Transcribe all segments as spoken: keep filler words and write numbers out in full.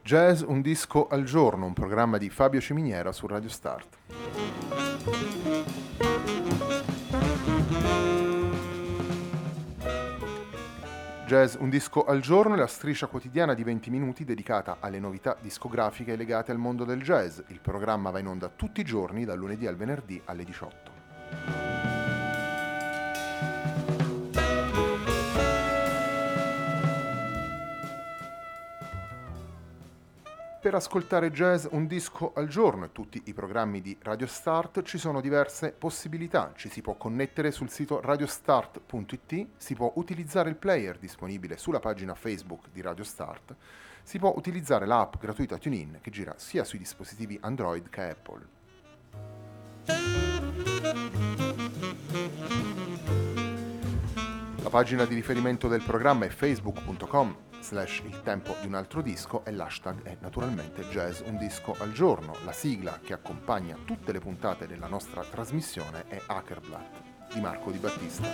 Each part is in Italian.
Jazz Un Disco al Giorno, un programma di Fabio Ciminiera su Radio Start. Jazz Un Disco al Giorno è la striscia quotidiana di venti minuti dedicata alle novità discografiche legate al mondo del jazz. Il programma va in onda tutti i giorni, dal lunedì al venerdì alle diciotto. Per ascoltare Jazz Un Disco al Giorno e tutti i programmi di Radio Start ci sono diverse possibilità. Ci si può connettere sul sito radiostart punto it, si può utilizzare il player disponibile sulla pagina Facebook di Radio Start, si può utilizzare l'app gratuita TuneIn che gira sia sui dispositivi Android che Apple. La pagina di riferimento del programma è facebook punto com slash il tempo di un altro disco e l'hashtag è naturalmente Jazz Un Disco al Giorno. La sigla che accompagna tutte le puntate della nostra trasmissione è Hackerblatt di Marco Di Battista.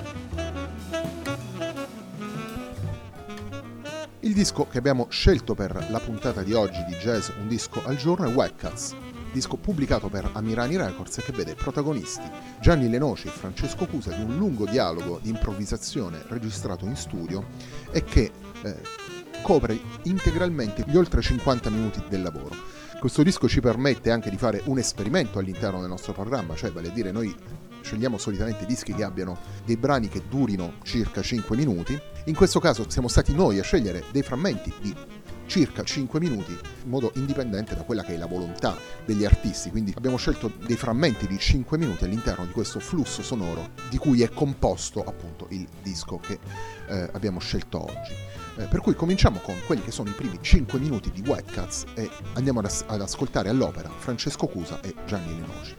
Il disco che abbiamo scelto per la puntata di oggi di Jazz Un Disco al Giorno è Wildcats, disco pubblicato per Amirani Records e che vede protagonisti Gianni Lenoci e Francesco Cusa di un lungo dialogo di improvvisazione registrato in studio e che eh, copre integralmente gli oltre cinquanta minuti del lavoro. Questo disco ci permette anche di fare un esperimento all'interno del nostro programma, cioè vale a dire noi scegliamo solitamente dischi che abbiano dei brani che durino circa cinque minuti. In questo caso siamo stati noi a scegliere dei frammenti di circa cinque minuti in modo indipendente da quella che è la volontà degli artisti, quindi abbiamo scelto dei frammenti di cinque minuti all'interno di questo flusso sonoro di cui è composto appunto il disco che eh, abbiamo scelto oggi. Eh, per cui cominciamo con quelli che sono i primi cinque minuti di Wildcats e andiamo ad, as- ad ascoltare all'opera Francesco Cusa e Gianni Lenoci.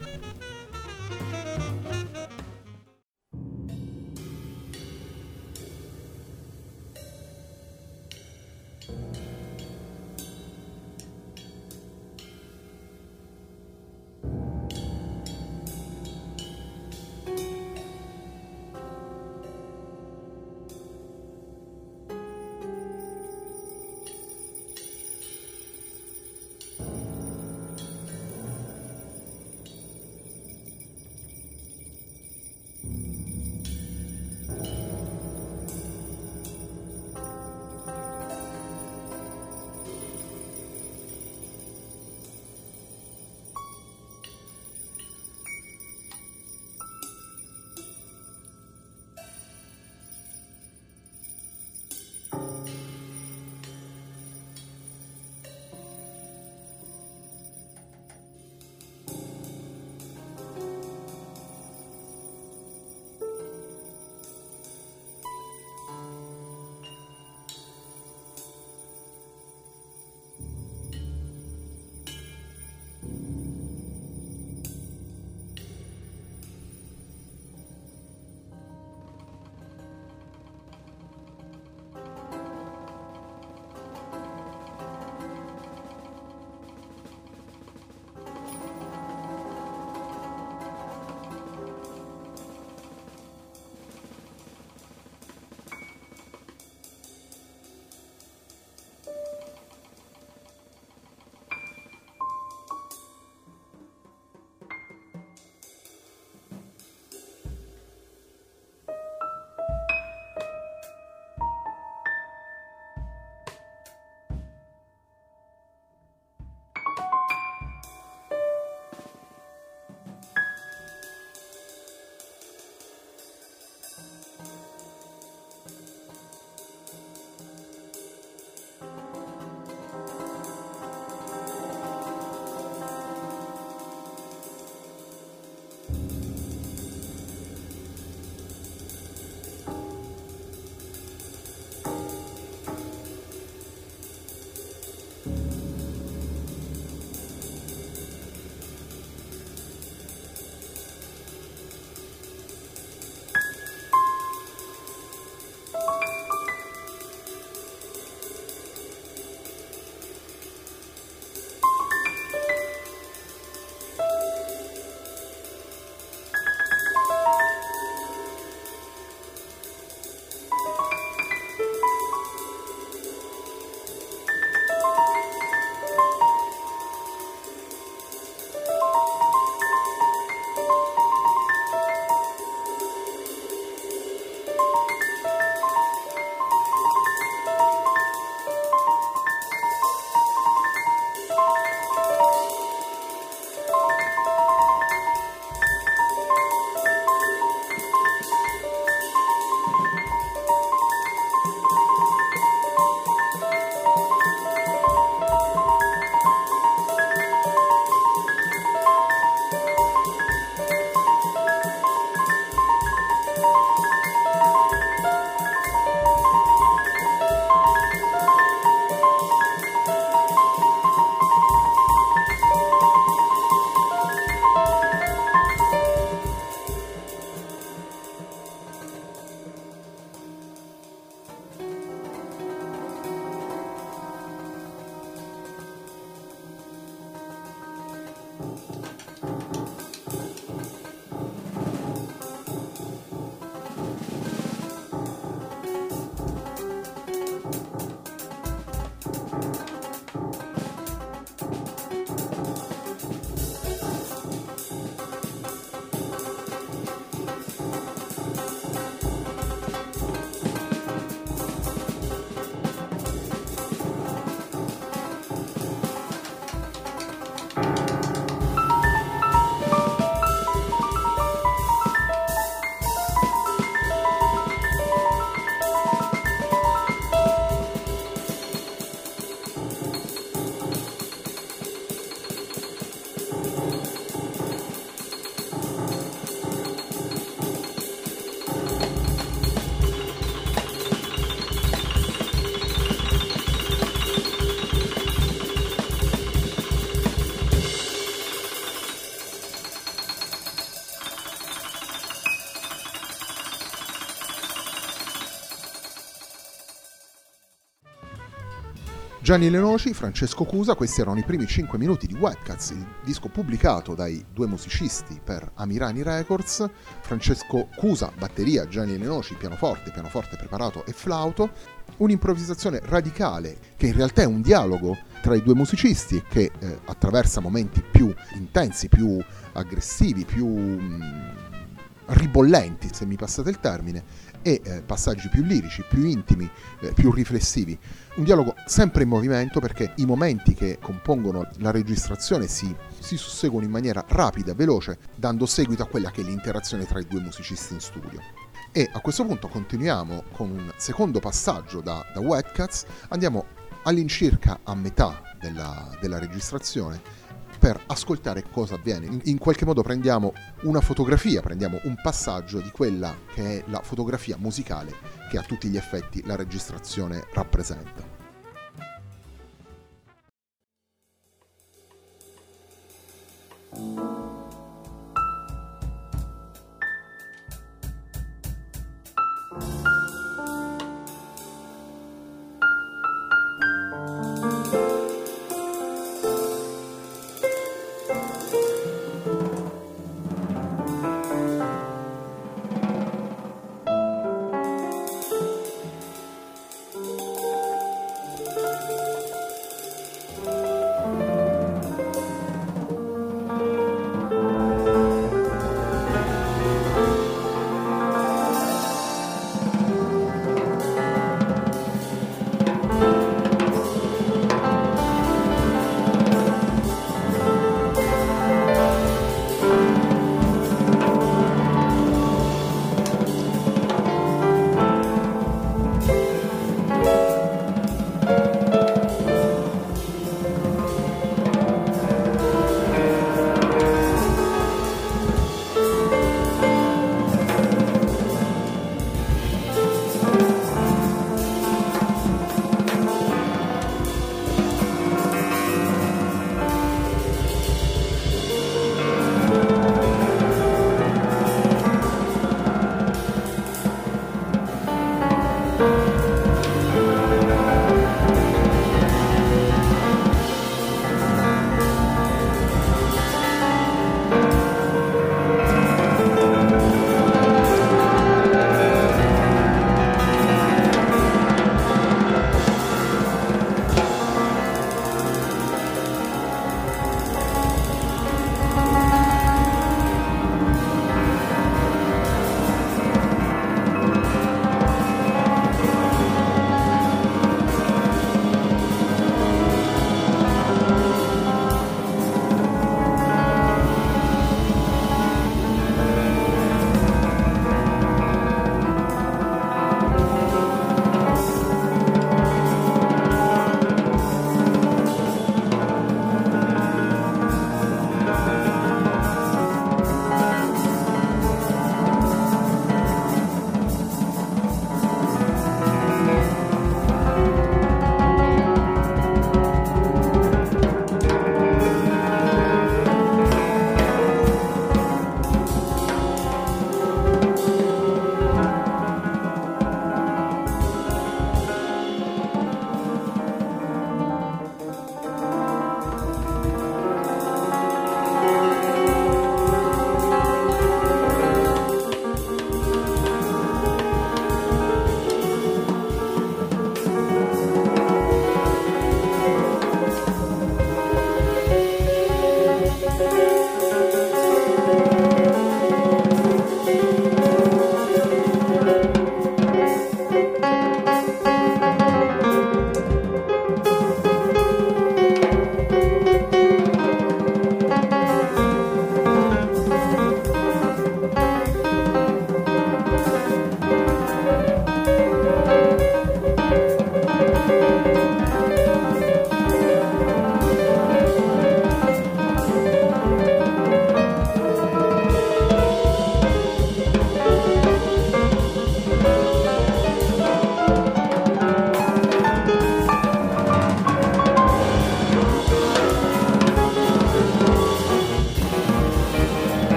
Gianni Le Noci, Francesco Cusa, questi erano i primi cinque minuti di Wetcats, il disco pubblicato dai due musicisti per Amirani Records. Francesco Cusa, batteria, Gianni Le Noci, pianoforte, pianoforte preparato e flauto. Un'improvvisazione radicale che in realtà è un dialogo tra i due musicisti e che eh, attraversa momenti più intensi, più aggressivi, più mh, ribollenti, se mi passate il termine, e eh, passaggi più lirici, più intimi, eh, più riflessivi. Un dialogo sempre in movimento, perché i momenti che compongono la registrazione si, si susseguono in maniera rapida, veloce, dando seguito a quella che è l'interazione tra i due musicisti in studio. E a questo punto continuiamo con un secondo passaggio da, da Wetcats, andiamo all'incirca a metà della, della registrazione per ascoltare cosa avviene. In, in qualche modo prendiamo una fotografia, prendiamo un passaggio di quella che è la fotografia musicale che a tutti gli effetti la registrazione rappresenta.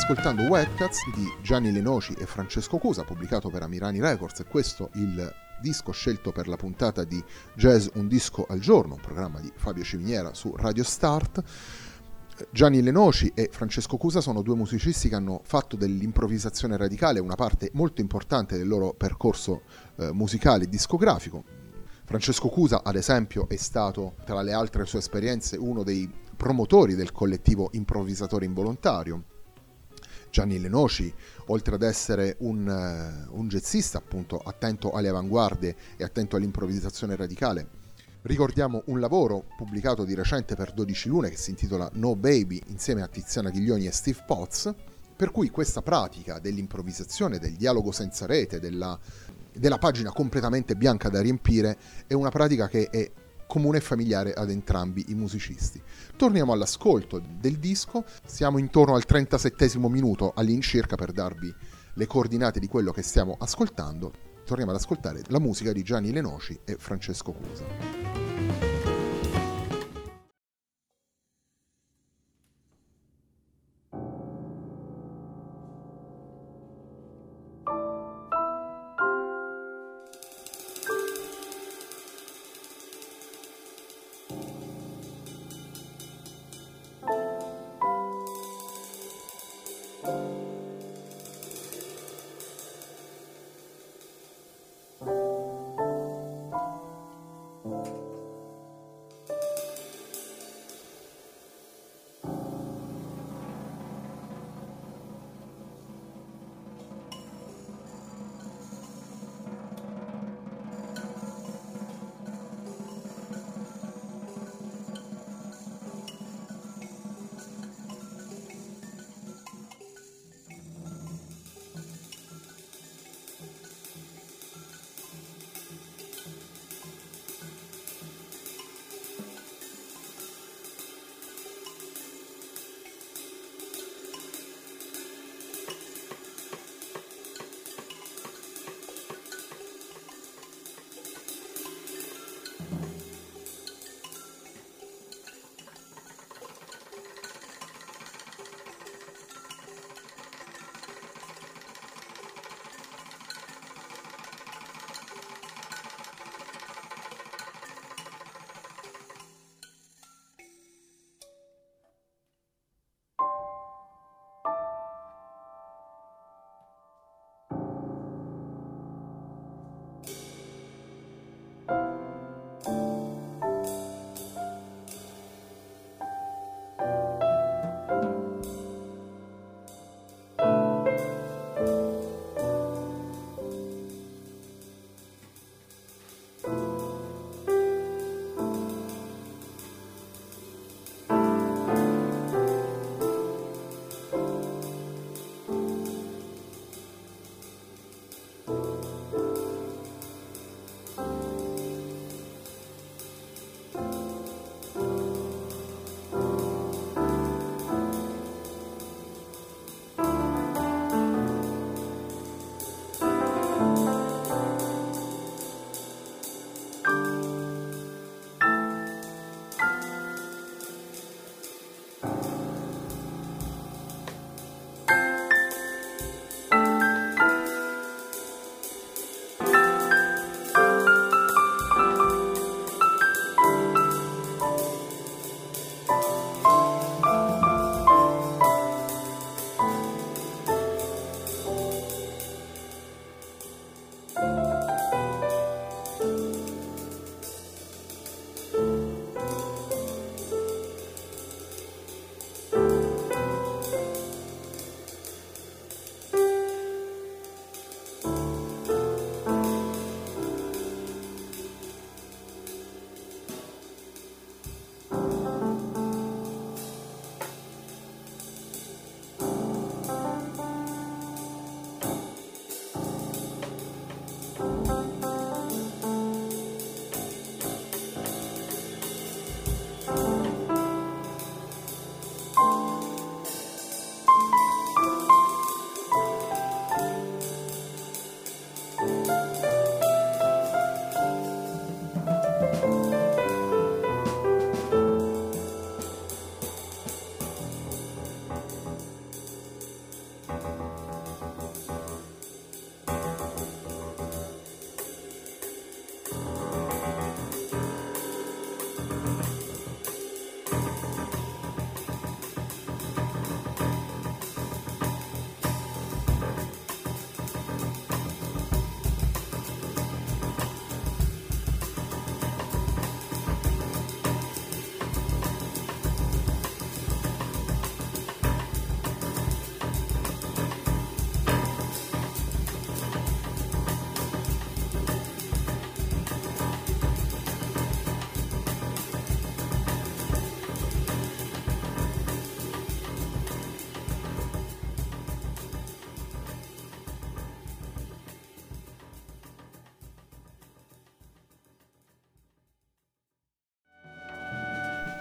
ascoltando Wildcats di Gianni Lenoci e Francesco Cusa, pubblicato per Amirani Records, e questo il disco scelto per la puntata di Jazz Un Disco al Giorno, un programma di Fabio Ciminiera su Radio Start. Gianni Lenoci e Francesco Cusa sono due musicisti che hanno fatto dell'improvvisazione radicale una parte molto importante del loro percorso eh, musicale e discografico. Francesco Cusa, ad esempio, è stato, tra le altre sue esperienze, uno dei promotori del collettivo Improvvisatore Involontario. Gianni Lenoci, oltre ad essere un, uh, un jazzista, appunto, attento alle avanguardie e attento all'improvvisazione radicale, ricordiamo un lavoro pubblicato di recente per dodici Lune che si intitola No Baby insieme a Tiziana Ghiglioni e Steve Potts, per cui questa pratica dell'improvvisazione, del dialogo senza rete, della, della pagina completamente bianca da riempire, è una pratica che è comune e familiare ad entrambi i musicisti. Torniamo all'ascolto del disco, siamo intorno al trentasettesimo minuto all'incirca per darvi le coordinate di quello che stiamo ascoltando. Torniamo ad ascoltare la musica di Gianni Lenoci e Francesco Cusa.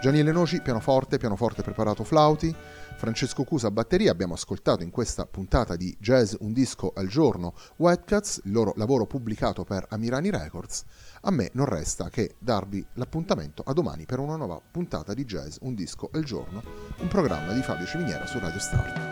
Gianni Noci, pianoforte, pianoforte preparato flauti, Francesco Cusa, batteria. Abbiamo ascoltato in questa puntata di Jazz Un Disco al Giorno Wet Cats, il loro lavoro pubblicato per Amirani Records. A me non resta che darvi l'appuntamento a domani per una nuova puntata di Jazz Un Disco al Giorno, un programma di Fabio Ciminiera su Radio Start.